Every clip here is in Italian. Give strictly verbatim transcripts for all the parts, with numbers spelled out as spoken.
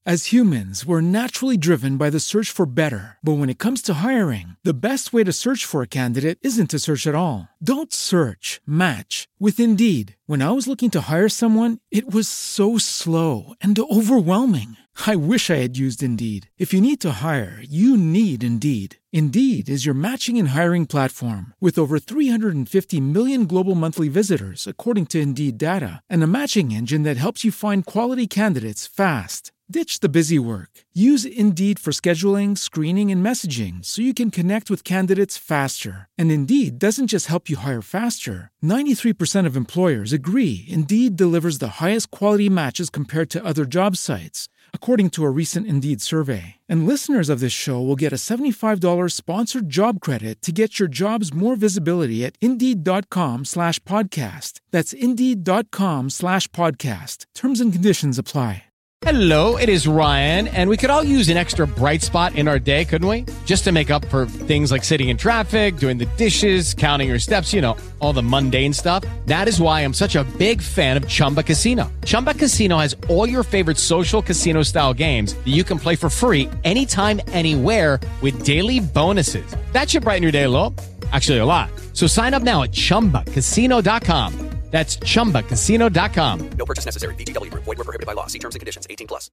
As humans, we're naturally driven by the search for better. But when it comes to hiring, the best way to search for a candidate isn't to search at all. Don't search, match with Indeed. When I was looking to hire someone, it was so slow and overwhelming. I wish I had used Indeed. If you need to hire, you need Indeed. Indeed is your matching and hiring platform with over three hundred fifty million global monthly visitors, according to Indeed data, and a matching engine that helps you find quality candidates fast. Ditch the busy work. Use Indeed for scheduling, screening, and messaging so you can connect with candidates faster. And Indeed doesn't just help you hire faster. ninety-three percent of employers agree Indeed delivers the highest quality matches compared to other job sites, according to a recent Indeed survey. And listeners of this show will get a seventy-five dollars sponsored job credit to get your jobs more visibility at Indeed.com slash podcast. That's Indeed.com slash podcast. Terms and conditions apply. Hello, it is Ryan, and we could all use an extra bright spot in our day, couldn't we? Just to make up for things like sitting in traffic, doing the dishes, counting your steps, you know, all the mundane stuff. That is why I'm such a big fan of Chumba Casino. Chumba Casino has all your favorite social casino-style games that you can play for free anytime, anywhere with daily bonuses. That should brighten your day a little. Actually, a lot. So sign up now at Chumba Casino dot com. That's Chumba Casino dot com. No purchase necessary. V G W. Void where prohibited by law. See terms and conditions. eighteen plus.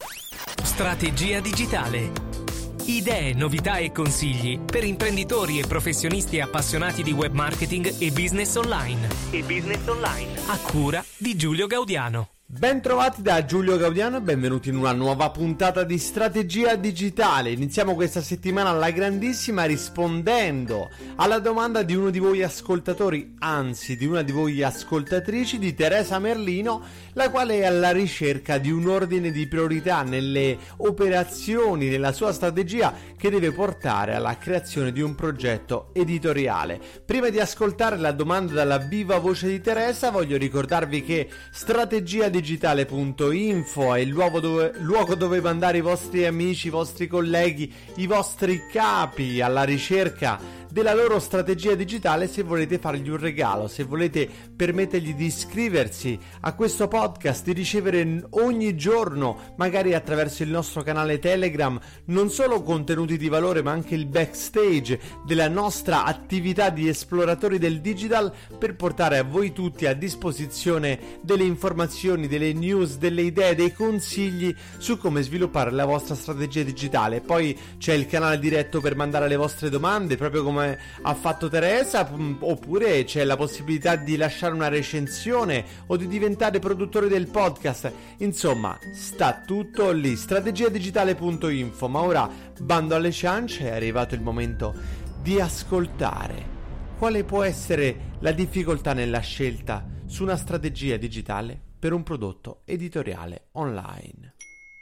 Strategia digitale. Idee, novità e consigli per imprenditori e professionisti appassionati di web marketing e business online. E business online. A cura di Giulio Gaudiano. Ben trovati da Giulio Gaudiano e benvenuti in una nuova puntata di Strategia Digitale. Iniziamo questa settimana alla grandissima rispondendo alla domanda di uno di voi ascoltatori, anzi di una di voi ascoltatrici, di Teresa Merlino, la quale è alla ricerca di un ordine di priorità nelle operazioni, nella sua strategia che deve portare alla creazione di un progetto editoriale. Prima di ascoltare la domanda dalla viva voce di Teresa, voglio ricordarvi che Strategia Digitale digitale punto info è il luogo dove, luogo dove mandare i vostri amici, i vostri colleghi, i vostri capi alla ricerca della loro strategia digitale. Se volete fargli un regalo, se volete permettergli di iscriversi a questo podcast, di ricevere ogni giorno, magari attraverso il nostro canale Telegram, non solo contenuti di valore ma anche il backstage della nostra attività di esploratori del digital, per portare a voi tutti a disposizione delle informazioni, delle news, delle idee, dei consigli su come sviluppare la vostra strategia digitale. Poi c'è il canale diretto per mandare le vostre domande, proprio come ha fatto Teresa, oppure c'è la possibilità di lasciare una recensione o di diventare produttore del podcast. Insomma, sta tutto lì, strategia digitale punto info. Ma ora, bando alle ciance, è arrivato il momento di ascoltare quale può essere la difficoltà nella scelta su una strategia digitale per un prodotto editoriale online.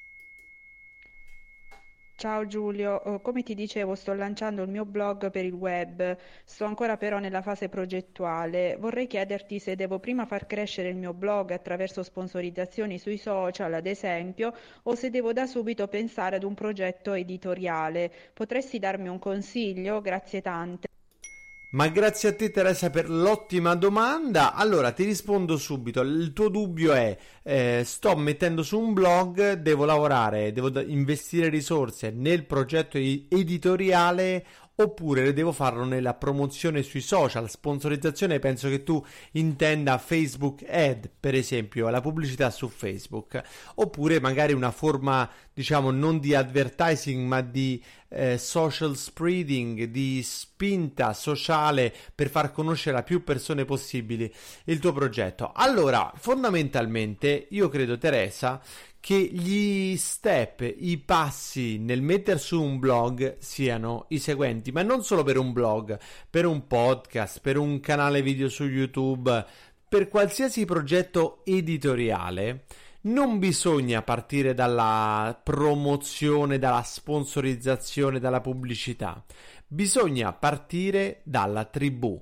Ciao Giulio, come ti dicevo sto lanciando il mio blog per il web, sto ancora però nella fase progettuale. Vorrei chiederti se devo prima far crescere il mio blog attraverso sponsorizzazioni sui social, ad esempio, o se devo da subito pensare ad un progetto editoriale. Potresti darmi un consiglio? Grazie tante. Ma grazie a te Teresa per l'ottima domanda. Allora ti rispondo subito. Il tuo dubbio è eh, sto mettendo su un blog, devo lavorare, devo da- investire risorse nel progetto editoriale, oppure devo farlo nella promozione sui social, sponsorizzazione. Penso che tu intenda Facebook Ad, per esempio, la pubblicità su Facebook, oppure magari una forma, diciamo, non di advertising ma di eh, social spreading, di spinta sociale per far conoscere a più persone possibili il tuo progetto. Allora, fondamentalmente io credo, Teresa, che gli step, i passi nel mettere su un blog siano i seguenti, ma non solo per un blog, per un podcast, per un canale video su YouTube, per qualsiasi progetto editoriale. Non bisogna partire dalla promozione, dalla sponsorizzazione, dalla pubblicità. Bisogna partire dalla tribù.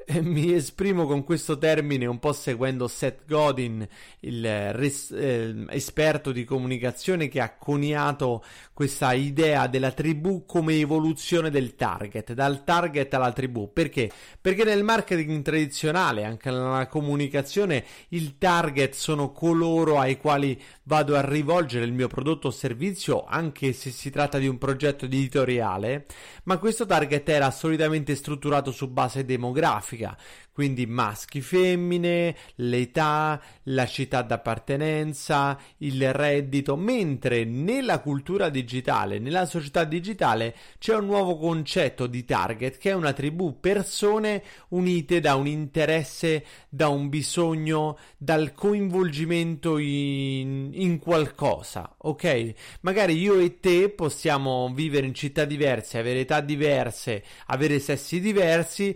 eh, mi esprimo con questo termine un po' seguendo Seth Godin, il res- eh, esperto di comunicazione che ha coniato questa idea della tribù come evoluzione del target, dal target alla tribù. Perché? Perché nel marketing tradizionale, anche nella comunicazione, il target sono coloro ai quali vado a rivolgere il mio prodotto o servizio, anche se si tratta di un progetto editoriale, ma questo target era solitamente strutturato su base demografica, quindi maschi, femmine, l'età, la città d'appartenenza, il reddito, mentre nella cultura digitale, nella società digitale, c'è un nuovo concetto di target che è una tribù, persone unite da un interesse, da un bisogno, dal coinvolgimento in, in qualcosa, ok? Magari io e te possiamo vivere in città diverse, avere età diverse, avere sessi diversi,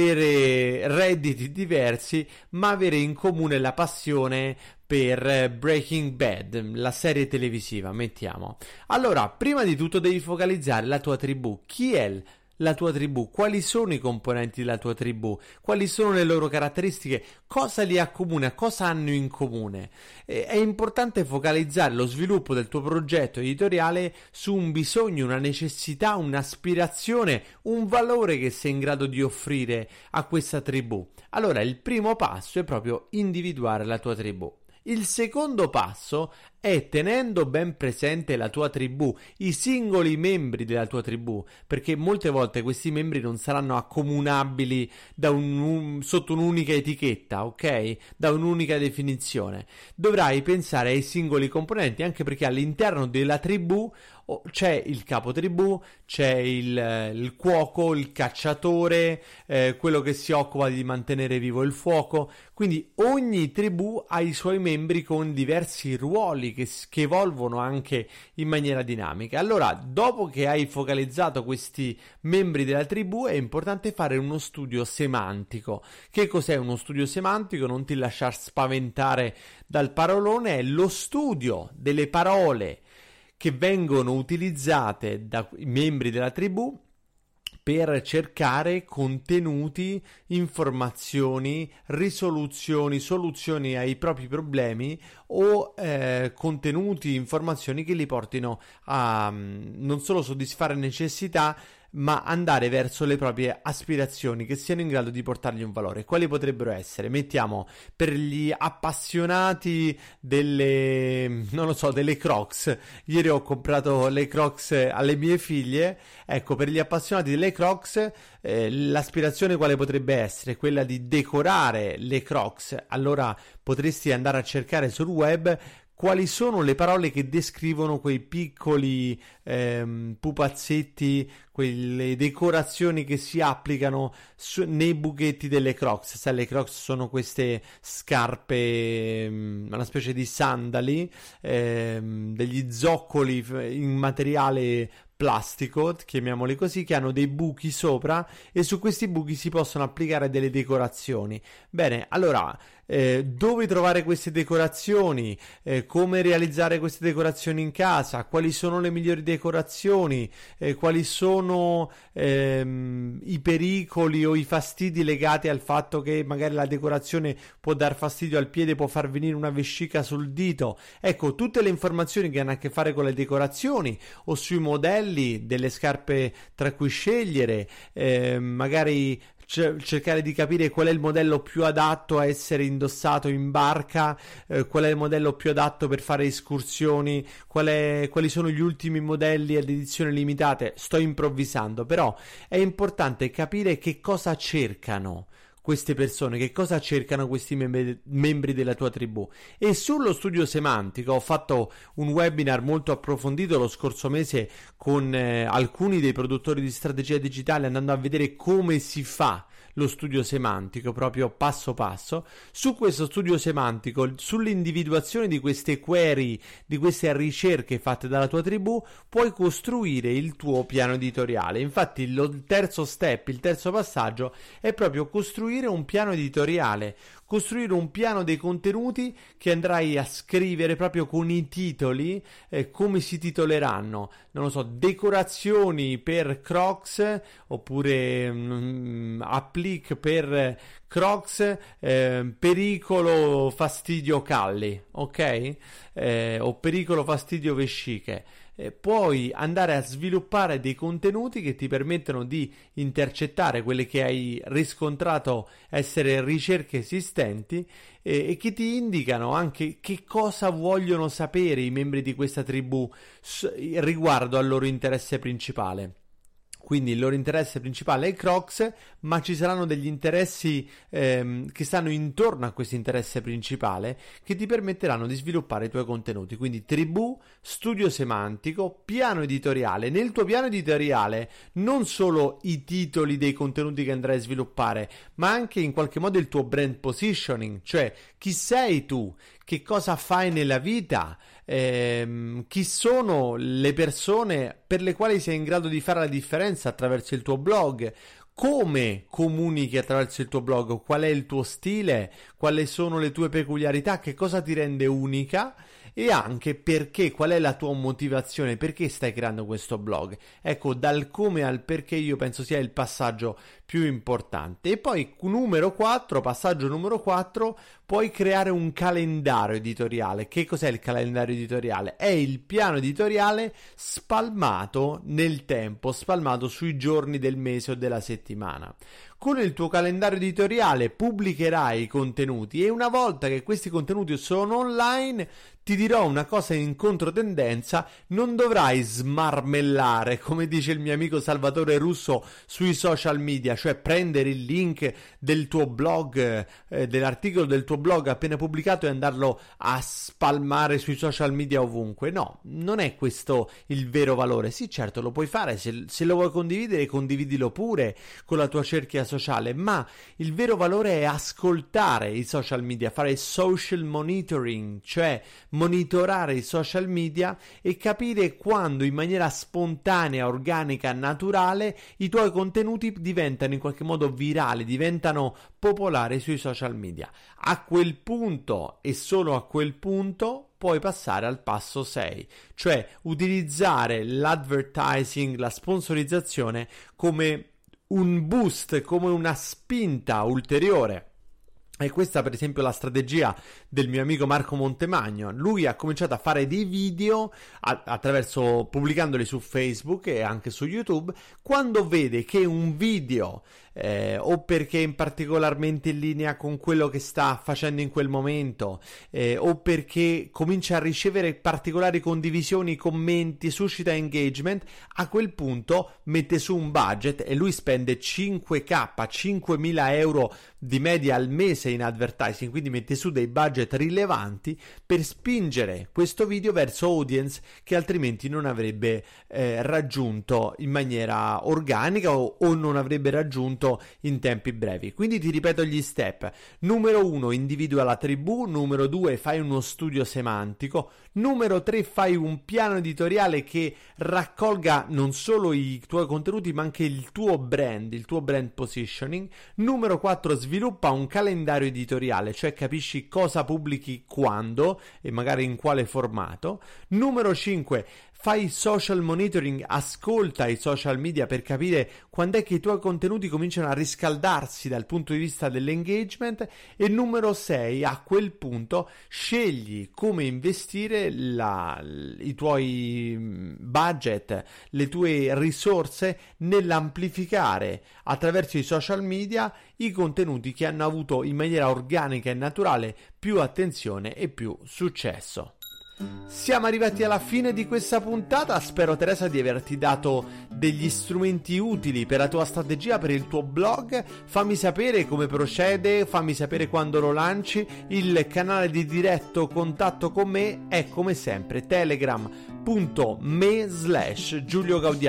avere redditi diversi, ma avere in comune la passione per Breaking Bad, la serie televisiva, mettiamo. Allora, prima di tutto devi focalizzare la tua tribù. Chi è la tua tribù? Quali sono i componenti della tua tribù? Quali sono le loro caratteristiche? Cosa li accomuna? Cosa hanno in comune? Eh, è importante focalizzare lo sviluppo del tuo progetto editoriale su un bisogno, una necessità, un'aspirazione, un valore che sei in grado di offrire a questa tribù. Allora, il primo passo è proprio individuare la tua tribù. Il secondo passo è, tenendo ben presente la tua tribù, i singoli membri della tua tribù, perché molte volte questi membri non saranno accomunabili da un, un, sotto un'unica etichetta, ok? Da un'unica definizione. Dovrai pensare ai singoli componenti, anche perché all'interno della tribù oh, c'è il capo tribù, c'è il, il cuoco, il cacciatore, eh, quello che si occupa di mantenere vivo il fuoco. Quindi ogni tribù ha i suoi membri con diversi ruoli Che, che evolvono anche in maniera dinamica. Allora, dopo che hai focalizzato questi membri della tribù, è importante fare uno studio semantico. Che cos'è uno studio semantico? Non ti lasciar spaventare dal parolone, è lo studio delle parole che vengono utilizzate dai membri della tribù per cercare contenuti, informazioni, risoluzioni, soluzioni ai propri problemi o eh, contenuti, informazioni che li portino a um, non solo soddisfare necessità, ma andare verso le proprie aspirazioni che siano in grado di portargli un valore. Quali potrebbero essere? Mettiamo, per gli appassionati delle, non lo so, delle Crocs. Ieri ho comprato le Crocs alle mie figlie. Ecco, per gli appassionati delle Crocs eh, l'aspirazione quale potrebbe essere? Quella di decorare le Crocs. Allora potresti andare a cercare sul web quali sono le parole che descrivono quei piccoli ehm, pupazzetti, quelle decorazioni che si applicano su, nei buchetti delle Crocs. Sai, le Crocs sono queste scarpe, una specie di sandali, ehm, degli zoccoli in materiale plastico, chiamiamoli così, che hanno dei buchi sopra e su questi buchi si possono applicare delle decorazioni. Bene, allora, eh, dove trovare queste decorazioni? Eh, come realizzare queste decorazioni in casa? Quali sono le migliori decorazioni? Eh, quali sono ehm, i pericoli o i fastidi legati al fatto che magari la decorazione può dar fastidio al piede, può far venire una vescica sul dito? Ecco, tutte le informazioni che hanno a che fare con le decorazioni o sui modelli delle scarpe tra cui scegliere, eh, magari c- cercare di capire qual è il modello più adatto a essere indossato in barca, eh, qual è il modello più adatto per fare escursioni, qual è, quali sono gli ultimi modelli ad edizione limitata. Sto improvvisando, però è importante capire che cosa cercano queste persone, che cosa cercano questi mem- membri della tua tribù. E sullo studio semantico ho fatto un webinar molto approfondito lo scorso mese con eh, alcuni dei produttori di strategia digitale, andando a vedere come si fa lo studio semantico proprio passo passo. Su questo studio semantico, sull'individuazione di queste query, di queste ricerche fatte dalla tua tribù, puoi costruire il tuo piano editoriale. Infatti il terzo step, il terzo passaggio è proprio costruire un piano editoriale costruire un piano dei contenuti che andrai a scrivere proprio con i titoli, eh, come si titoleranno, non lo so, decorazioni per Crocs, oppure mm, applique per Crocs, eh, pericolo fastidio calli, ok? Eh, o pericolo fastidio vesciche. Eh, puoi andare a sviluppare dei contenuti che ti permettono di intercettare quelle che hai riscontrato essere ricerche esistenti eh, e che ti indicano anche che cosa vogliono sapere i membri di questa tribù s- riguardo al loro interesse principale. Quindi il loro interesse principale è Crocs, ma ci saranno degli interessi ehm, che stanno intorno a questo interesse principale che ti permetteranno di sviluppare i tuoi contenuti. Quindi tribù, studio semantico, piano editoriale. Nel tuo piano editoriale non solo i titoli dei contenuti che andrai a sviluppare, ma anche in qualche modo il tuo brand positioning, cioè chi sei tu, che cosa fai nella vita, ehm, chi sono le persone per le quali sei in grado di fare la differenza attraverso il tuo blog, come comunichi attraverso il tuo blog, qual è il tuo stile, quali sono le tue peculiarità, che cosa ti rende unica e anche perché, qual è la tua motivazione, perché stai creando questo blog. Ecco, dal come al perché io penso sia il passaggio più importante. E poi numero quattro, passaggio numero quattro, puoi creare un calendario editoriale. Che cos'è il calendario editoriale? È il piano editoriale spalmato nel tempo, spalmato sui giorni del mese o della settimana. Con il tuo calendario editoriale pubblicherai i contenuti e una volta che questi contenuti sono online, ti dirò una cosa in controtendenza: non dovrai smarmellare, come dice il mio amico Salvatore Russo, sui social media, cioè prendere il link del tuo blog, eh, dell'articolo del tuo blog appena pubblicato e andarlo a spalmare sui social media ovunque. No, non è questo il vero valore. Sì, certo, lo puoi fare, se, se lo vuoi condividere, condividilo pure con la tua cerchia sociale, ma il vero valore è ascoltare i social media, fare social monitoring, cioè monitorare i social media e capire quando in maniera spontanea, organica, naturale i tuoi contenuti diventano in qualche modo virali, diventano popolari sui social media. A quel punto e solo a quel punto puoi passare al passo sei, cioè utilizzare l'advertising, la sponsorizzazione come un boost, come una spinta ulteriore. E questa per esempio è la strategia del mio amico Marco Montemagno. Lui ha cominciato a fare dei video a- attraverso pubblicandoli su Facebook e anche su YouTube. Quando vede che un video eh, o perché è particolarmente in linea con quello che sta facendo in quel momento eh, o perché comincia a ricevere particolari condivisioni, commenti, suscita engagement, a quel punto mette su un budget e lui spende cinque k, cinquemila euro di media al mese in advertising, quindi mette su dei budget rilevanti per spingere questo video verso audience che altrimenti non avrebbe eh, raggiunto in maniera organica o, o non avrebbe raggiunto in tempi brevi. Quindi ti ripeto gli step: numero uno, individua la tribù; numero due, fai uno studio semantico; numero tre, fai un piano editoriale che raccolga non solo i tuoi contenuti ma anche il tuo brand, il tuo brand positioning; numero quattro, sviluppa un calendario editoriale, cioè capisci cosa pubblichi quando e magari in quale formato; numero cinque, fai social monitoring, ascolta i social media per capire quando è che i tuoi contenuti cominciano a riscaldarsi dal punto di vista dell'engagement; e numero sei, a quel punto scegli come investire la, i tuoi budget, le tue risorse nell'amplificare attraverso i social media i contenuti che hanno avuto in maniera organica e naturale più attenzione e più successo. Siamo arrivati alla fine di questa puntata. Spero, Teresa, di averti dato degli strumenti utili per la tua strategia, per il tuo blog. Fammi sapere come procede, fammi sapere quando lo lanci. Il canale di diretto contatto con me è come sempre telegram punto me slash Giulio Gaudiano.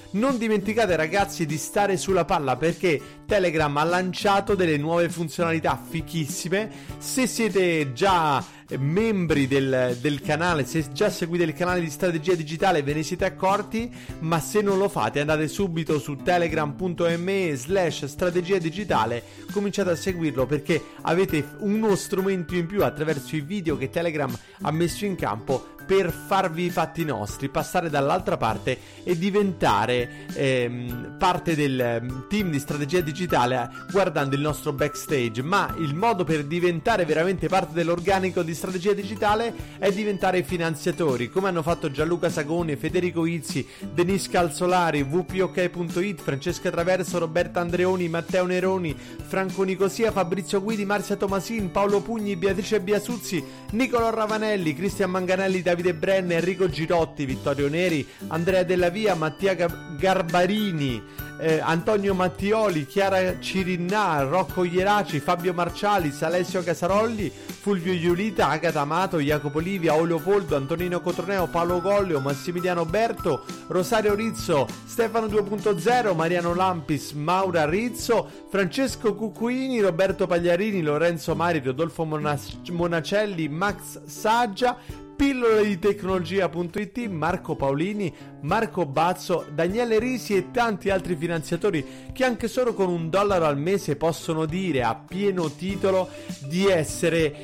Non dimenticate ragazzi di stare sulla palla, perché Telegram ha lanciato delle nuove funzionalità fichissime. Se siete già membri del, del canale, se già seguite il canale di Strategia Digitale ve ne siete accorti, ma se non lo fate andate subito su telegram.me slash strategia digitale, cominciate a seguirlo, perché avete uno strumento in più attraverso i video che Telegram ha messo in campo per farvi i fatti nostri, passare dall'altra parte e diventare ehm, parte del team di Strategia Digitale guardando il nostro backstage. Ma il modo per diventare veramente parte dell'organico di Strategia Digitale è diventare finanziatori, come hanno fatto Gianluca Sagone, Federico Izzi, Denise Calzolari, w p o k punto i t, Francesca Traverso, Roberta Andreoni, Matteo Neroni, Franco Nicosia, Fabrizio Guidi, Marzia Tomasin, Paolo Pugni, Beatrice Biasuzzi, Nicolò Ravanelli, Cristian Manganelli, Davide Brenne, Enrico Girotti, Vittorio Neri, Andrea Della Via, Mattia Garbarini, eh, Antonio Mattioli, Chiara Cirinnà, Rocco Ieraci, Fabio Marcialis, Alessio Casarolli, Fulvio Iulita, Agata Amato, Jacopo Livia, O Leopoldo, Antonino Cotroneo, Paolo Golleo, Massimiliano Berto, Rosario Rizzo, Stefano due punto zero, Mariano Lampis, Maura Rizzo, Francesco Cucuini, Roberto Pagliarini, Lorenzo Mari, Rodolfo Monac- Monacelli, Max Saggia, Pillole di tecnologia punto it, Marco Paolini, Marco Bazzo, Daniele Risi e tanti altri finanziatori che anche solo con un dollaro al mese possono dire a pieno titolo di essere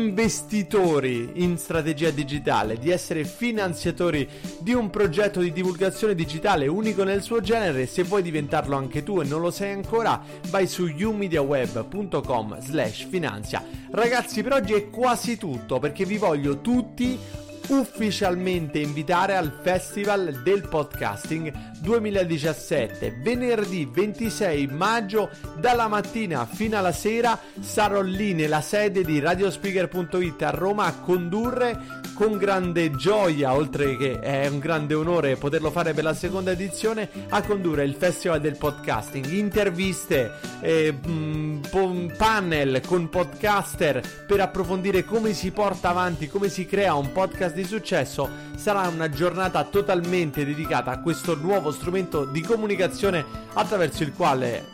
investitori in strategia digitale, di essere finanziatori di un progetto di divulgazione digitale unico nel suo genere. Se vuoi diventarlo anche tu e non lo sei ancora, vai su umediaweb punto com slash finanzia. Ragazzi, per oggi è quasi tutto, perché vi voglio tutti ufficialmente invitare al Festival del Podcasting duemiladiciassette. Venerdì ventisei maggio dalla mattina fino alla sera sarò lì nella sede di radiospeaker punto it a Roma a condurre con grande gioia, oltre che è un grande onore poterlo fare per la seconda edizione, a condurre il Festival del Podcasting, interviste, eh, mh, panel con podcaster per approfondire come si porta avanti, come si crea un podcast di successo. Sarà una giornata totalmente dedicata a questo nuovo strumento di comunicazione attraverso il quale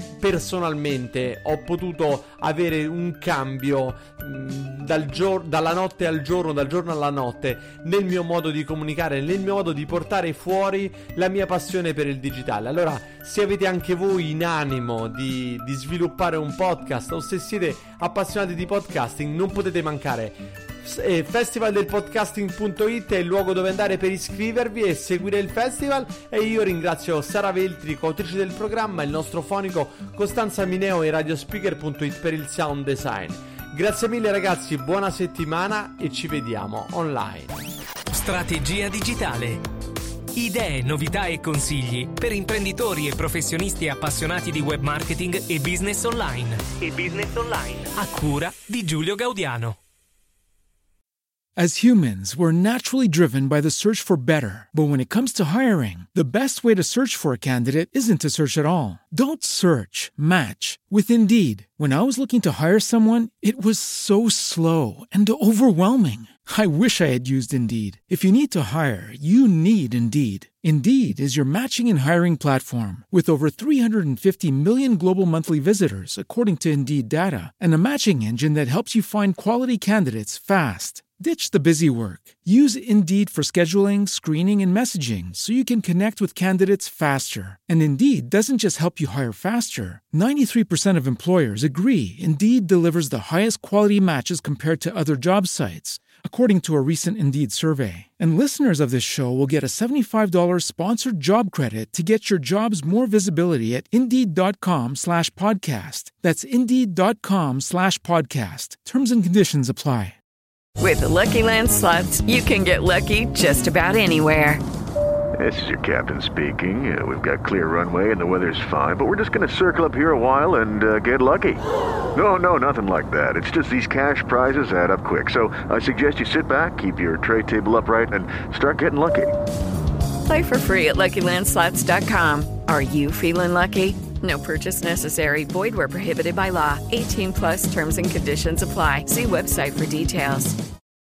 personalmente ho potuto avere un cambio mh, dal gior- dalla notte al giorno, dal giorno alla notte, nel mio modo di comunicare, nel mio modo di portare fuori la mia passione per il digitale. Allora, se avete anche voi in animo di, di sviluppare un podcast, o se siete appassionati di podcasting, non potete mancare. Festival del podcasting punto it è il luogo dove andare per iscrivervi e seguire il festival. E io ringrazio Sara Veltri, coautrice del programma, il nostro fonico Costanza Mineo e radiospeaker punto it per il sound design. Grazie mille ragazzi, buona settimana e ci vediamo online. Strategia digitale. Idee, novità e consigli per imprenditori e professionisti appassionati di web marketing e business online. E business online. A cura di Giulio Gaudiano. As humans, we're naturally driven by the search for better. But when it comes to hiring, the best way to search for a candidate isn't to search at all. Don't search, match with Indeed. When I was looking to hire someone, it was so slow and overwhelming. I wish I had used Indeed. If you need to hire, you need Indeed. Indeed is your matching and hiring platform with over three hundred fifty million global monthly visitors, according to Indeed data, and a matching engine that helps you find quality candidates fast. Ditch the busy work. Use Indeed for scheduling, screening, and messaging so you can connect with candidates faster. And Indeed doesn't just help you hire faster. ninety-three percent of employers agree Indeed delivers the highest quality matches compared to other job sites, according to a recent Indeed survey. And listeners of this show will get a seventy-five dollars sponsored job credit to get your jobs more visibility at Indeed.com slash podcast. That's Indeed.com slash podcast. Terms and conditions apply. With the Lucky Land Slots, you can get lucky just about anywhere. This is your captain speaking. Uh, we've got clear runway and the weather's fine, but we're just going to circle up here a while and uh, get lucky. No, no, nothing like that. It's just these cash prizes add up quick. So I suggest you sit back, keep your tray table upright, and start getting lucky. Play for free at Lucky Land Slots dot com. Are you feeling lucky? No purchase necessary. Void where prohibited by law. eighteen plus terms and conditions apply. See website for details.